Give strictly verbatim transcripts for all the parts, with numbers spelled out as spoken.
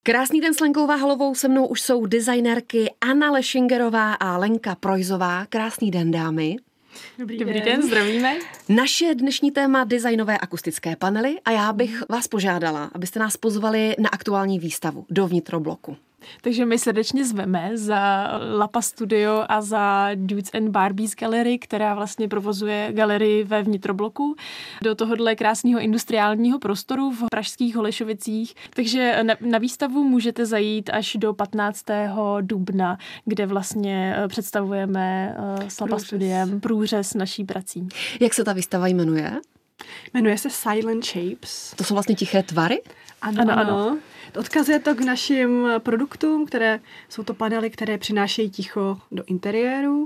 Krásný den s Lenkou Váhalovou, se mnou už jsou designérky Anna Lešingerová a Lenka Projzová. Krásný den, dámy. Dobrý, Dobrý den. den, zdravíme. Naše dnešní téma designové akustické panely a já bych vás požádala, abyste nás pozvali na aktuální výstavu do vnitrobloku. Takže my srdečně zveme za Lapa Studio a za Dudes and Barbies Gallery, která vlastně provozuje galerii ve vnitrobloku, do tohohle krásného industriálního prostoru v pražských Holešovicích. Takže na, na výstavu můžete zajít až do patnáctého dubna, kde vlastně představujeme s Lapa Studiem průřez naší prací. Jak se ta výstava jmenuje? Jmenuje se Silent Shapes. To jsou vlastně tiché tvary? Ano, ano. ano. Odkazuje to k našim produktům, které jsou to panely, které přinášejí ticho do interiéru.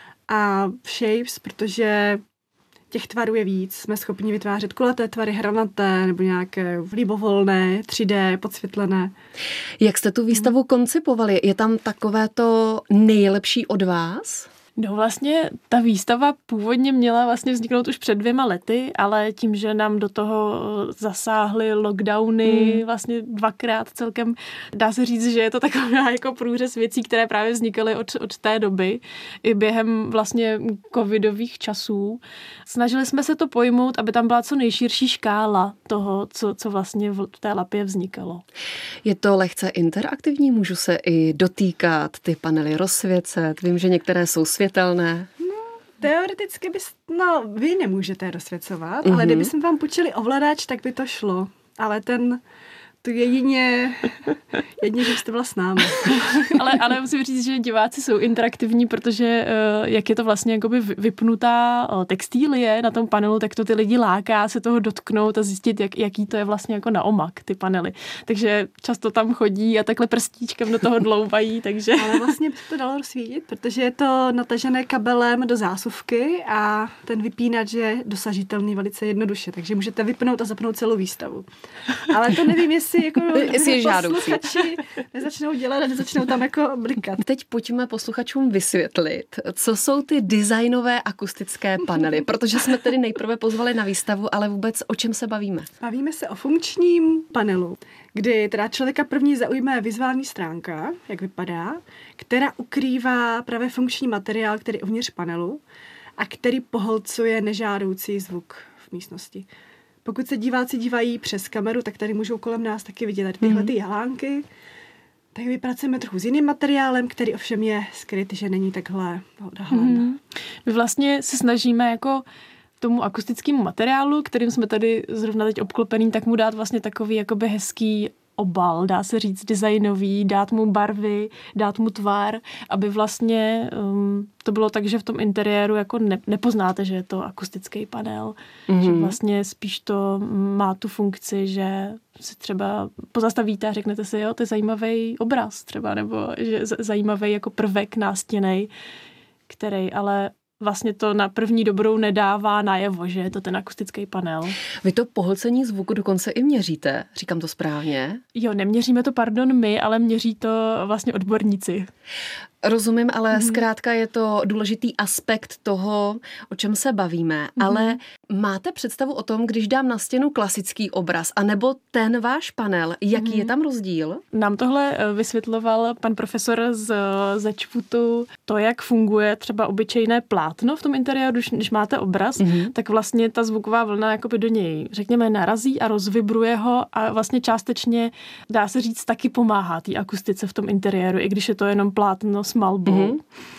A shapes, protože těch tvarů je víc. Jsme schopni vytvářet kulaté tvary, hranaté nebo nějaké libovolné, tři dé, podsvětlené. Jak jste tu výstavu koncipovali? Je tam takové to nejlepší od vás? No vlastně ta výstava původně měla vlastně vzniknout už před dvěma lety, ale tím, že nám do toho zasáhly lockdowny hmm. vlastně dvakrát celkem, dá se říct, že je to taková jako průřez věcí, které právě vznikaly od, od té doby i během vlastně covidových časů. Snažili jsme se to pojmout, aby tam byla co nejširší škála toho, co, co vlastně v té Lapě vznikalo. Je to lehce interaktivní? Můžu se i dotýkat, ty panely rozsvěcet? Vím, že některé jsou světelné. No, teoreticky bys, no, vy nemůžete rozsvěcovat, mm-hmm. ale kdybychom vám půjčili ovladač, tak by to šlo. Ale ten, to jedině, jedině, že jste byla s námi. ale, ale musím říct, že diváci jsou interaktivní, protože uh, jak je to vlastně jakoby vypnutá uh, textílie na tom panelu, tak to ty lidi láká se toho dotknout a zjistit, jak, jaký to je vlastně jako na omak, ty panely. Takže často tam chodí a takhle prstíčkem do toho dloubají, takže... Ale vlastně by to dalo rozsvítit, protože je to natažené kabelem do zásuvky a ten vypínač je dosažitelný velice jednoduše, takže můžete vypnout a zapnout celou výstavu. Ale to nevím, jestli Jestli, jako, jestli je žádoucí. nezačnou dělat a nezačnou tam jako blikat. Teď pojďme posluchačům vysvětlit, co jsou ty designové akustické panely, protože jsme tedy nejprve pozvali na výstavu, ale vůbec o čem se bavíme? Bavíme se o funkčním panelu, kdy teda člověka první zaujme vizuální stránka, jak vypadá, která ukrývá právě funkční materiál, který je uvnitř panelu a který pohlcuje nežádoucí zvuk v místnosti. Pokud se diváci dívají přes kameru, tak tady můžou kolem nás taky vidět tyhle ty jalánky. Tak vypracujeme trochu s jiným materiálem, který ovšem je skryt, že není takhle odhalen. Mm. My vlastně se snažíme jako tomu akustickému materiálu, kterým jsme tady zrovna teď obklopený, tak mu dát vlastně takový jakoby hezký obal, dá se říct designový, dát mu barvy, dát mu tvar, aby vlastně um, to bylo tak, že v tom interiéru jako ne, nepoznáte, že je to akustický panel. Mm-hmm. Že vlastně spíš to má tu funkci, že si třeba pozastavíte a řeknete si, jo, to je zajímavý obraz třeba, nebo že zajímavý jako prvek nástěnej, který ale vlastně to na první dobrou nedává najevo, že je to ten akustický panel. Vy to pohlcení zvuku dokonce i měříte, říkám to správně? Jo, neměříme to, pardon, my, ale měří to vlastně odborníci. Rozumím, ale mm. zkrátka je to důležitý aspekt toho, o čem se bavíme. Mm. Ale máte představu o tom, když dám na stěnu klasický obraz, anebo ten váš panel, jaký mm. je tam rozdíl? Nám tohle vysvětloval pan profesor z Začputu, to, jak funguje třeba obyčejné plátno v tom interiéru, když, když máte obraz, mm. tak vlastně ta zvuková vlna jakoby do něj, řekněme, narazí a rozvibruje ho a vlastně částečně, dá se říct, taky pomáhá té akustice v tom interiéru, i když je to jenom plátno s malbou. Mm-hmm.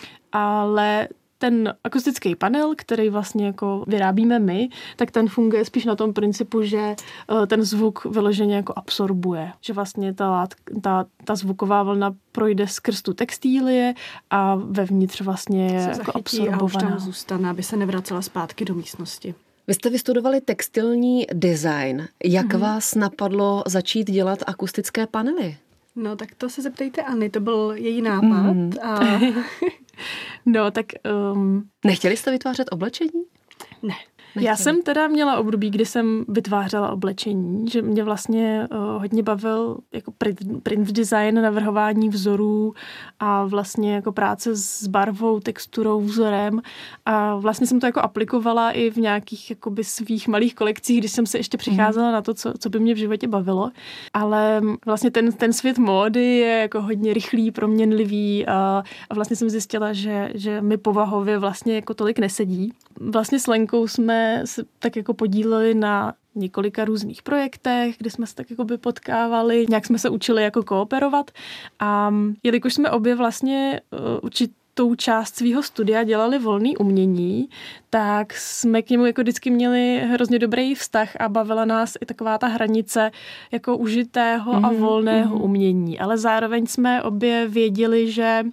Ale ten akustický panel, který vlastně jako vyrábíme my, tak ten funguje spíš na tom principu, že ten zvuk vyloženě jako absorbuje. Že vlastně ta, ta, ta zvuková vlna projde skrz tu textílie a vevnitř vlastně je se jako absorbovaná. A už tam zůstane, aby se nevracela zpátky do místnosti. Vy jste vystudovali textilní design. Jak mm-hmm. vás napadlo začít dělat akustické panely? No, tak to se zeptejte Anny, to byl její nápad. Mm. A... no, tak... Um... Nechtěli jste vytvářet oblečení? Ne. nechtěli? Já jsem teda měla období, kdy jsem vytvářela oblečení, že mě vlastně uh, hodně bavil jako print, print design, navrhování vzorů a vlastně jako práce s barvou, texturou, vzorem a vlastně jsem to jako aplikovala i v nějakých jakoby svých malých kolekcích, když jsem se ještě přicházela mm. na to, co, co by mě v životě bavilo. Ale vlastně ten, ten svět módy je jako hodně rychlý, proměnlivý a, a vlastně jsem zjistila, že, že mi povahově vlastně jako tolik nesedí. Vlastně s Lenkou jsme se tak jako podíleli na několika různých projektech, kde jsme se tak jako by potkávali, nějak jsme se učili jako kooperovat a jelikož jsme obě vlastně uh, určitou část svého studia dělali volný umění, tak jsme k němu jako vždycky měli hrozně dobrý vztah a bavila nás i taková ta hranice jako užitého mm-hmm. a volného mm-hmm. umění. Ale zároveň jsme obě věděli, že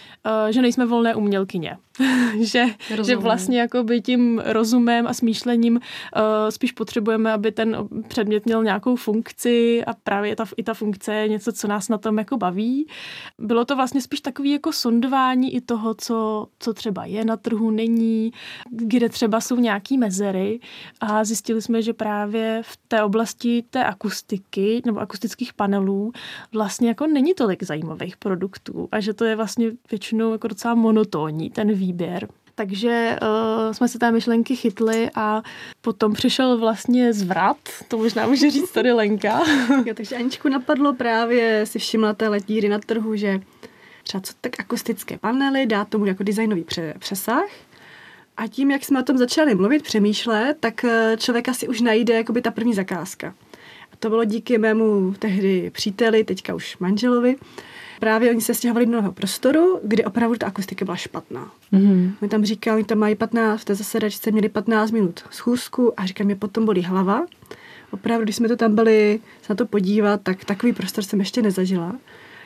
že nejsme volné umělkyně. že, že vlastně jakoby tím rozumem a smýšlením uh, spíš potřebujeme, aby ten předmět měl nějakou funkci a právě ta, i ta funkce je něco, co nás na tom jako baví. Bylo to vlastně spíš takový jako sondování i toho, co, co třeba je na trhu, není, kde třeba jsou nějaký mezery a zjistili jsme, že právě v té oblasti té akustiky nebo akustických panelů vlastně jako není tolik zajímavých produktů a že to je vlastně většinou jako docela monotónní ten výběr. Takže uh, jsme se té myšlenky chytli a potom přišel vlastně zvrat, to možná může říct tady Lenka. Jo, takže Aničku napadlo právě, si všimla té letíry na trhu, že třeba co tak akustické panely, dá tomu jako designový přesah. A tím, jak jsme o tom začali mluvit, přemýšlet, tak člověka si už najde jakoby ta první zakázka. A to bylo díky mému tehdy příteli, teďka už manželovi. Právě oni se stěhovali do nového prostoru, kde opravdu ta akustika byla špatná. Mm-hmm. My tam říkali, oni tam mají patnáct, v té zasedačce měli patnáct minut schůzku a říkám, mě potom bolí hlava. Opravdu, když jsme to tam byli se na to podívat, tak takový prostor jsem ještě nezažila.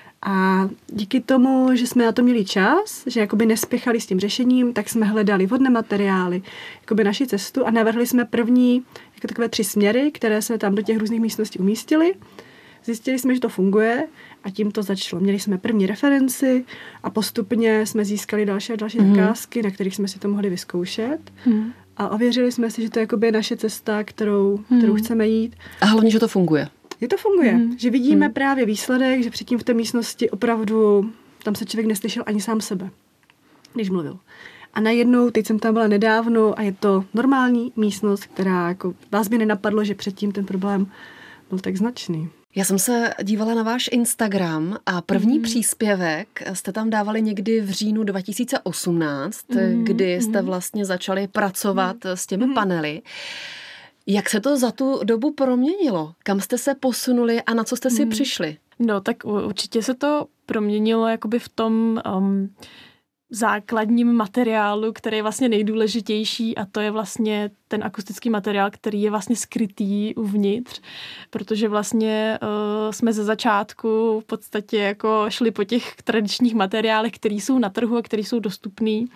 A díky tomu, že jsme na to měli čas, že jakoby nespěchali s tím řešením, tak jsme hledali vhodné materiály, jakoby naši cestu a navrhli jsme první jako takové tři směry, které jsme tam do těch různých místností umístili. Zjistili jsme, že to funguje a tím to začalo. Měli jsme první referenci a postupně jsme získali další a další mm. zakázky, na kterých jsme si to mohli vyzkoušet. Mm. A ověřili jsme si, že to je jakoby naše cesta, kterou, mm. kterou chceme jít. A hlavně, že to funguje. Že to funguje. Mm. Že vidíme mm. právě výsledek, že předtím v té místnosti opravdu tam se člověk neslyšel ani sám sebe, když mluvil. A najednou, teď jsem tam byla nedávno a je to normální místnost, která jako vás by nenapadlo, že předtím ten problém byl tak značný. Já jsem se dívala na váš Instagram a první mm. příspěvek jste tam dávali někdy v říjnu dva tisíce osmnáct, mm. kdy jste vlastně začali pracovat mm. s těmi mm. panely. Jak se to za tu dobu proměnilo? Kam jste se posunuli a na co jste si mm. přišli? No tak určitě se to proměnilo jakoby v tom um, základním materiálu, který je vlastně nejdůležitější a to je vlastně ten akustický materiál, který je vlastně skrytý uvnitř, protože vlastně uh, jsme ze začátku v podstatě jako šli po těch tradičních materiálech, které jsou na trhu a které jsou dostupný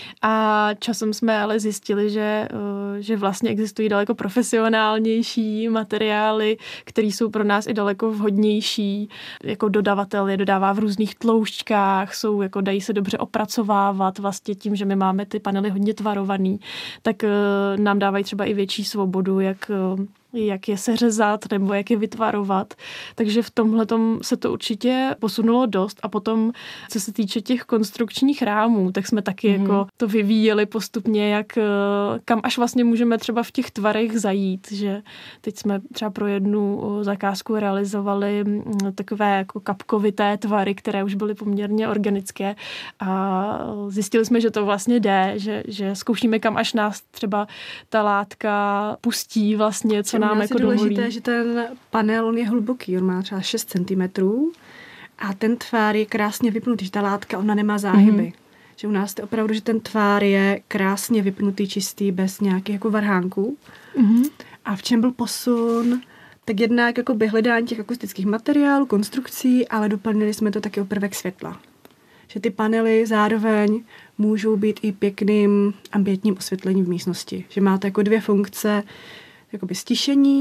a časem jsme ale zjistili, že, uh, že vlastně existují daleko profesionálnější materiály, které jsou pro nás i daleko vhodnější, jako dodavatel je dodává v různých tloušťkách, jsou jako dají se dobře opracovávat vlastně tím, že my máme ty panely hodně tvarovaný, tak uh, nám dávají třeba i větší svobodu, jak, jak je seřezat nebo jak je vytvarovat. Takže v tomhletom se to určitě posunulo dost a potom, co se týče těch konstrukčních rámů, tak jsme taky mm. jako to vyvíjeli postupně, jak kam až vlastně můžeme třeba v těch tvarech zajít, že teď jsme třeba pro jednu zakázku realizovali takové jako kapkovité tvary, které už byly poměrně organické a zjistili jsme, že to vlastně jde, že, že zkoušíme, kam až nás třeba ta látka pustí vlastně, co nám jako dovolí. Je důležité, že ten panel, on je hluboký, on má třeba šest centimetrů a ten tvár je krásně vypnutý, že ta látka, ona nemá záhyby. Mm-hmm. Že u nás je opravdu, že ten tvár je krásně vypnutý, čistý, bez nějakých jako varhánků. Mm-hmm. A v čem byl posun? Tak jednak jako by hledání těch akustických materiálů, konstrukcí, ale doplnili jsme to taky o prvek světla. Že ty panely zároveň můžou být i pěkným ambientním osvětlením v místnosti. Že máte jako dvě funkce, jakoby stišení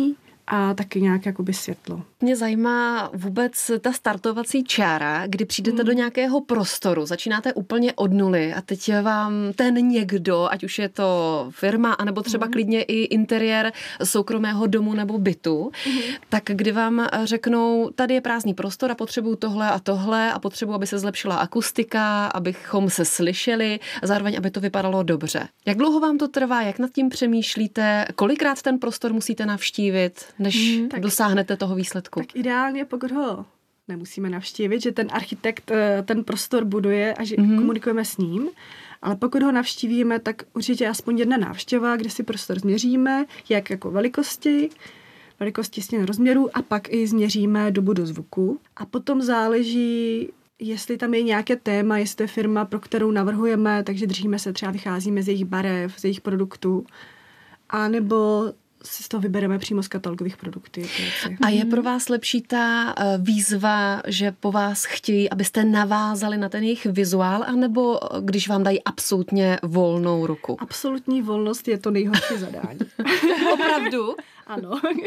a taky nějak jakoby světlo. Mě zajímá vůbec ta startovací čára, kdy přijdete mm. do nějakého prostoru, začínáte úplně od nuly a teď vám ten někdo, ať už je to firma, anebo třeba mm. klidně i interiér soukromého domu nebo bytu, mm. tak kdy vám řeknou, tady je prázdný prostor a potřebuju tohle a tohle a potřebuju, aby se zlepšila akustika, abychom se slyšeli a zároveň, aby to vypadalo dobře. Jak dlouho vám to trvá, jak nad tím přemýšlíte, kolikrát ten prostor musíte navštívit, než mm, tak, dosáhnete toho výsledku? Tak ideálně, pokud ho nemusíme navštívit, že ten architekt ten prostor buduje a že mm. komunikujeme s ním, ale pokud ho navštívíme, tak určitě aspoň jedna návštěva, kde si prostor změříme, jak jako velikosti, velikosti stěn rozměrů a pak i změříme dobu do zvuku. A potom záleží, jestli tam je nějaké téma, jestli to je firma, pro kterou navrhujeme, takže držíme se, třeba vycházíme z jejich barev, z jejich produktů, a nebo si z toho vybereme přímo z katalogových produktů. A je pro vás lepší ta výzva, že po vás chtějí, abyste navázali na ten jejich vizuál, anebo když vám dají absolutně volnou ruku? Absolutní volnost je to nejhorší zadání. Opravdu? Ano.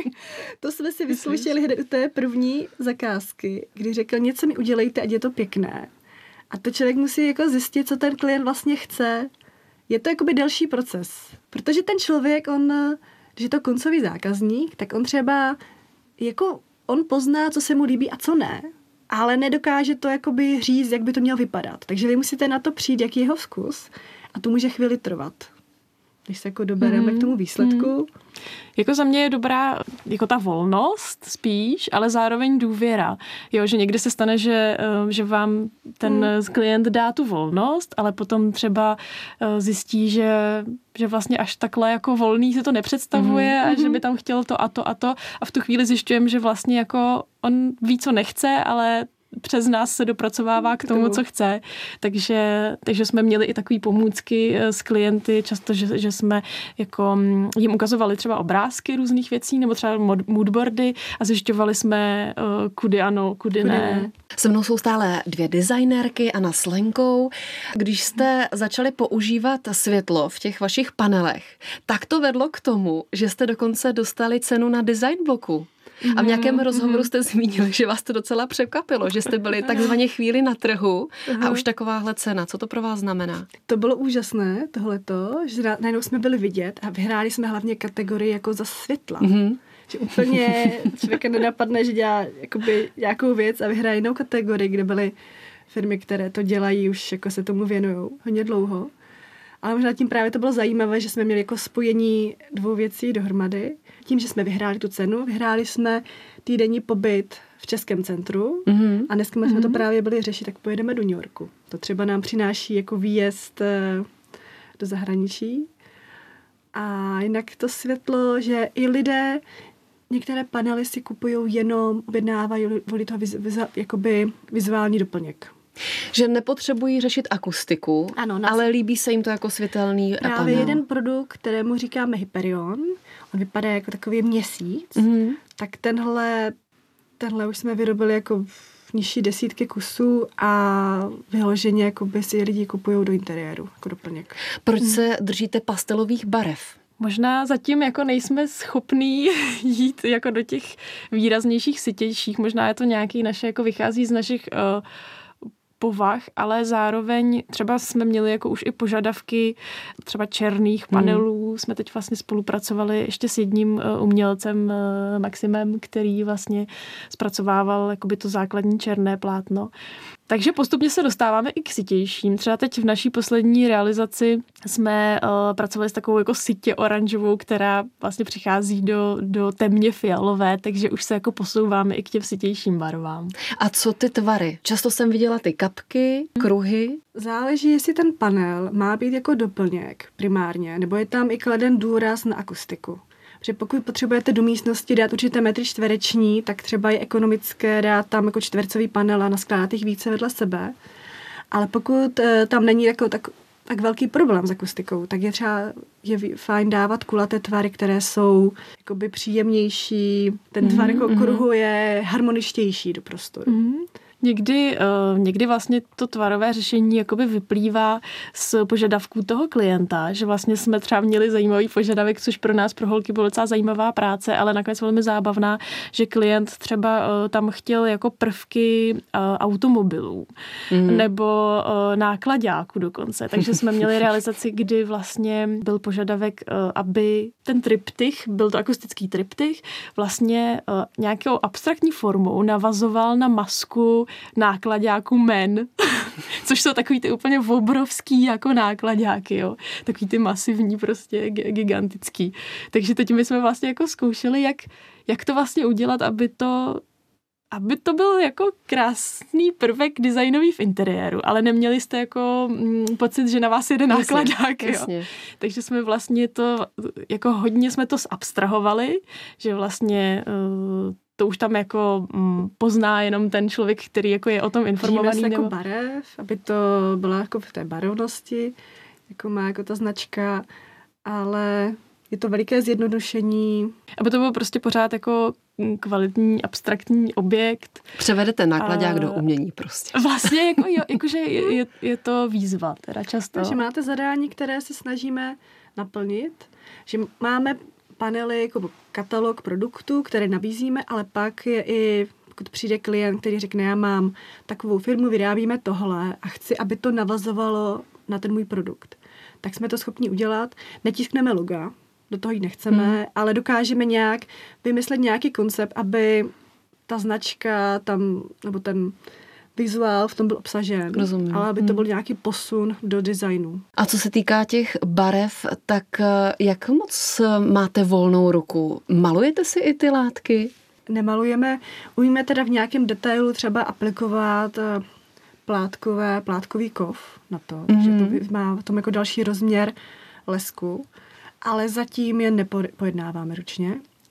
To jsme si vyzkoušeli hned u té první zakázky, kdy řekl, něco mi udělejte, ať je to pěkné. A to člověk musí jako zjistit, co ten klient vlastně chce. Je to jakoby delší proces. Protože ten člověk, on... Když je to koncový zákazník, tak on třeba jako on pozná, co se mu líbí a co ne, ale nedokáže to jakoby říct, jak by to mělo vypadat. Takže vy musíte na to přijít, jaký je jeho vkus, a to může chvíli trvat. Když se jako dobereme mm, k tomu výsledku. Mm. Jako za mě je dobrá jako ta volnost spíš, ale zároveň důvěra. Jo, že někdy se stane, že, že vám ten mm. klient dá tu volnost, ale potom třeba zjistí, že, že vlastně až takhle jako volný se to nepředstavuje mm. a že by tam chtěl to a to a to. A v tu chvíli zjišťujeme, že vlastně jako on ví, co nechce, ale přes nás se dopracovává k tomu, co chce. Takže, takže jsme měli i takové pomůcky s klienty, často, že, že jsme jako jim ukazovali třeba obrázky různých věcí, nebo třeba moodboardy a zjišťovali jsme, kudy ano, kudy, kudy ne. ne. Se mnou jsou stále dvě designérky, Anna s Lenkou. Když jste začali používat světlo v těch vašich panelech, tak to vedlo k tomu, že jste dokonce dostali cenu na design bloku. A v nějakém rozhovoru jste zmínili, že vás to docela překvapilo, že jste byli takzvaně chvíli na trhu a už takováhle cena. Co to pro vás znamená? To bylo úžasné, tohleto, že najednou jsme byli vidět a vyhráli jsme hlavně kategorii jako za světla. Mm-hmm. Že úplně člověka nenapadne, že dělá jakoby nějakou věc a vyhraje jinou kategorii, kde byly firmy, které to dělají, už jako se tomu věnují hodně dlouho. Ale možná tím právě to bylo zajímavé, že jsme měli jako spojení dvou věcí dohromady. Tím, že jsme vyhráli tu cenu, vyhráli jsme týdenní pobyt v Českém centru mm-hmm. a dneska mm-hmm. jsme to právě byli řešit, tak pojedeme do New Yorku. To třeba nám přináší jako výjezd do zahraničí. A jinak to světlo, že i lidé, některé panely si kupují jenom, objednávají, volí toho viz, viz, jakoby vizuální doplněk. Že nepotřebují řešit akustiku, ano, nás... ale líbí se jim to jako světelný Právě panel. Jeden produkt, kterému říkáme Hyperion, on vypadá jako takový měsíc, mm-hmm. tak tenhle, tenhle už jsme vyrobili jako v nižší desítky kusů a vyloženě jako by si lidi kupují do interiéru, jako doplněk. Proč mm. se držíte pastelových barev? Možná zatím jako nejsme schopní jít jako do těch výraznějších, sytějších. Možná je to nějaký naše, jako vychází z našich uh, povah, ale zároveň třeba jsme měli jako už i požadavky třeba černých panelů. Hmm. Jsme teď vlastně spolupracovali ještě s jedním umělcem Maximem, který vlastně zpracovával jakoby to základní černé plátno. Takže postupně se dostáváme i k sytějším. Třeba teď v naší poslední realizaci jsme uh, pracovali s takovou jako sytě oranžovou, která vlastně přichází do, do temně fialové, takže už se jako posouváme i k těm sytějším barvám. A co ty tvary? Často jsem viděla ty kapky, kruhy. Záleží, jestli ten panel má být jako doplněk primárně, nebo je tam i kladen důraz na akustiku. Že pokud potřebujete do místnosti dát určité metry čtvereční, tak třeba je ekonomické dát tam jako čtvercový panel a naskládat jich více vedle sebe. Ale pokud e, tam není jako tak, tak velký problém s akustikou, tak je třeba je fajn dávat kulaté tvary, které jsou jakoby příjemnější. Ten tvar mm-hmm. jako kruhu je harmoničtější do prostoru. Mm-hmm. Někdy, uh, někdy vlastně to tvarové řešení jakoby vyplývá z požadavků toho klienta, že vlastně jsme třeba měli zajímavý požadavek, což pro nás, pro holky, byla docela zajímavá práce, ale nakonec velmi zábavná, že klient třeba uh, tam chtěl jako prvky uh, automobilů mm. nebo uh, náklaďáku dokonce. Takže jsme měli realizaci, kdy vlastně byl požadavek, uh, aby ten triptych, byl to akustický triptych, vlastně uh, nějakou abstraktní formou navazoval na masku náklaďáků men, což jsou takový ty úplně obrovský jako náklaďáky, jo. Takový ty masivní, prostě gigantický. Takže teď my jsme vlastně jako zkoušeli, jak, jak to vlastně udělat, aby to aby to byl jako krásný prvek designový v interiéru, ale neměli jste jako mm, pocit, že na vás jede nákladák. Jo. Takže jsme vlastně to, jako hodně jsme to zabstrahovali, že vlastně uh, to už tam jako mm, pozná jenom ten člověk, který jako je o tom informovaný. Držíme se nebo... jako barev, aby to bylo jako v té barevnosti, jako má jako ta značka, ale je to veliké zjednodušení. Aby to bylo prostě pořád jako kvalitní, abstraktní objekt. Převedete nákladák a... do umění prostě. Vlastně, jako, jo, jakože je, je, je to výzva teda často. Takže máte zadání, které se snažíme naplnit, že máme panely jako katalog produktů, které nabízíme, ale pak je i, pokud přijde klient, který řekne, já mám takovou firmu, vyrábíme tohle a chci, aby to navazovalo na ten můj produkt. Tak jsme to schopni udělat. Netiskneme loga, do toho jít nechceme, hmm. ale dokážeme nějak vymyslet nějaký koncept, aby ta značka tam, nebo ten vizuál v tom byl obsažen. Rozumím. Ale aby to byl nějaký posun do designu. A co se týká těch barev, tak jak moc máte volnou ruku? Malujete si i ty látky? Nemalujeme. Umíme teda v nějakém detailu třeba aplikovat plátkové, plátkový kov na to, mm. že to má v tom jako další rozměr lesku, ale zatím je nepojednáváme ručně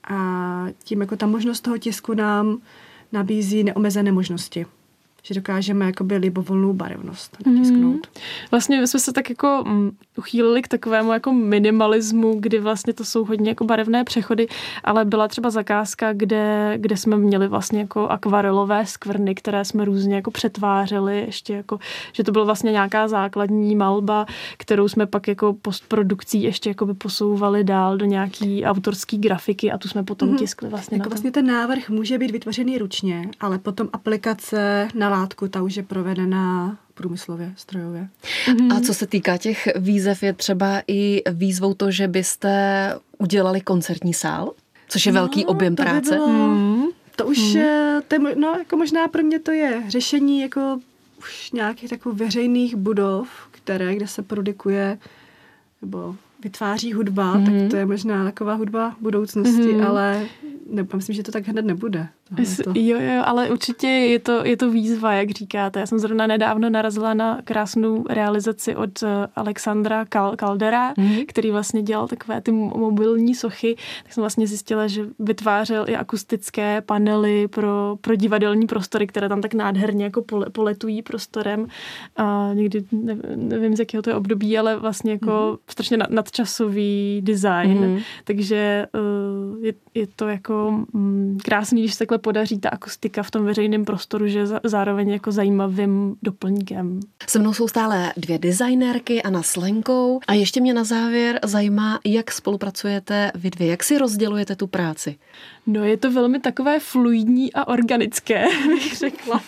a tím jako ta možnost toho tisku nám nabízí neomezené možnosti. Že dokážeme jakoby libovolnou barevnost tisknout. Mm. Vlastně jsme se tak jako um, uchýlili k takovému jako minimalismu, kdy vlastně to jsou hodně jako barevné přechody, ale byla třeba zakázka, kde, kde jsme měli vlastně jako akvarelové skvrny, které jsme různě jako přetvářeli, ještě jako, že to byla vlastně nějaká základní malba, kterou jsme pak jako postprodukcí ještě jako by posouvali dál do nějaký autorský grafiky a tu jsme potom mm. tiskli vlastně jako na to. Vlastně ten návrh může být vytvořený ručně, ale potom aplikace na látku, ta už je provedená průmyslově, strojově. A co se týká těch výzev, je třeba i výzvou to, že byste udělali koncertní sál, což je no, velký objem to práce. By bylo, hmm. To už hmm. je, to je, no, jako možná pro mě to je řešení jako už nějakých takových veřejných budov, které, kde se produkuje nebo vytváří hudba, hmm. tak to je možná taková hudba budoucnosti, hmm. ale ne, myslím, že to tak hned nebude. To. Jo, jo, ale určitě je to, je to výzva, jak říkáte. Já jsem zrovna nedávno narazila na krásnou realizaci od Alexandra Kal- Caldera, mm. který vlastně dělal takové ty mobilní sochy. Tak jsem vlastně zjistila, že vytvářel i akustické panely pro, pro divadelní prostory, které tam tak nádherně jako pole, poletují prostorem. A někdy nevím, nevím, z jakého to je období, ale vlastně jako mm. strašně nadčasový design. Mm. Takže uh, je, je to jako um, krásný, když se takhle podaří ta akustika v tom veřejném prostoru, že je zároveň jako zajímavým doplňkem. Se mnou jsou stále dvě designérky, Anna s Lenkou, a ještě mě na závěr zajímá, jak spolupracujete vy dvě, jak si rozdělujete tu práci? No je to velmi takové fluidní a organické, bych řekla.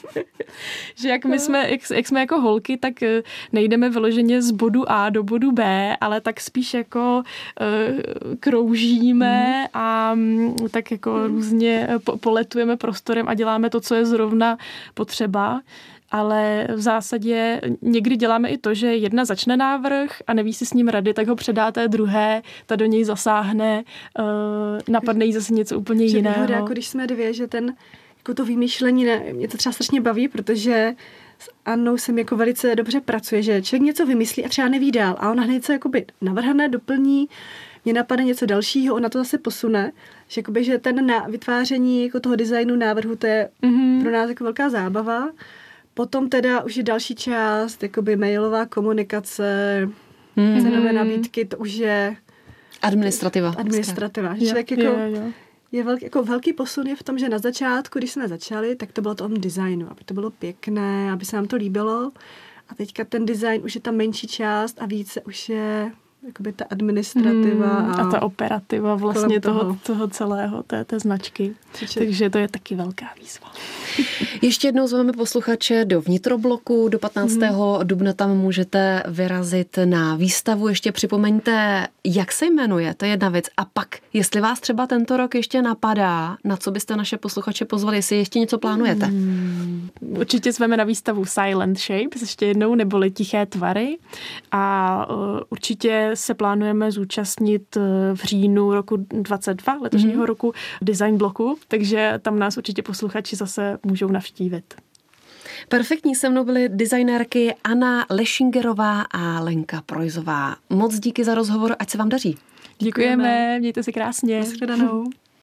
Že jak my jsme, jak, jak jsme jako holky, tak nejdeme vyloženě z bodu A do bodu B, ale tak spíš jako uh, kroužíme mm. a um, tak jako mm. různě po, poletujeme prostorem a děláme to, co je zrovna potřeba. Ale v zásadě někdy děláme i to, že jedna začne návrh a neví si s ním rady, tak ho předá té druhé, ta do něj zasáhne, uh, napadne jí zase něco úplně že jiného. Výhoda, jako když jsme dvě, že ten, jako to vymýšlení, ne, mě to třeba strašně baví, protože s Annou se mi jako velice dobře pracuje, že člověk něco vymyslí a třeba neví dál a ona hned něco jakoby navrhne, doplní, mě napadne něco dalšího, ona to zase posune, že, jakoby, že ten na, vytváření jako toho designu návrhu, to je mm-hmm. pro nás jako velká zábava. Potom teda už je další část, jakoby mailová komunikace, mm-hmm. cenové nabídky, to už je administrativa. Administrativa. Že člověk jako jo, jo. je velký, jako velký posun je v tom, že na začátku, když jsme začali, tak to bylo to o tom designu, aby to bylo pěkné, aby se nám to líbilo. A teďka ten design už je ta menší část a více už je jakoby ta administrativa. Hmm, a, a ta operativa vlastně toho. Toho, toho celého, té, té značky. Čiče. Takže to je taky velká výzva. Ještě jednou zveme posluchače do vnitrobloku. Do patnáctého Hmm. dubna tam můžete vyrazit na výstavu. Ještě připomeňte, jak se jmenuje, to je jedna věc. A pak, jestli vás třeba tento rok ještě napadá, na co byste naše posluchače pozvali, jestli ještě něco plánujete? Hmm. Určitě zveme na výstavu Silent Shapes, ještě jednou, neboli Tiché tvary. A uh, určitě se plánujeme zúčastnit v říjnu roku dvacet dva, letošního mm-hmm. roku, design bloku, takže tam nás určitě posluchači zase můžou navštívit. Perfektní, se mnou byly designérky Anna Lešingerová a Lenka Projzová. Moc díky za rozhovor, ať se vám daří. Děkujeme, mějte se krásně. Nashledanou.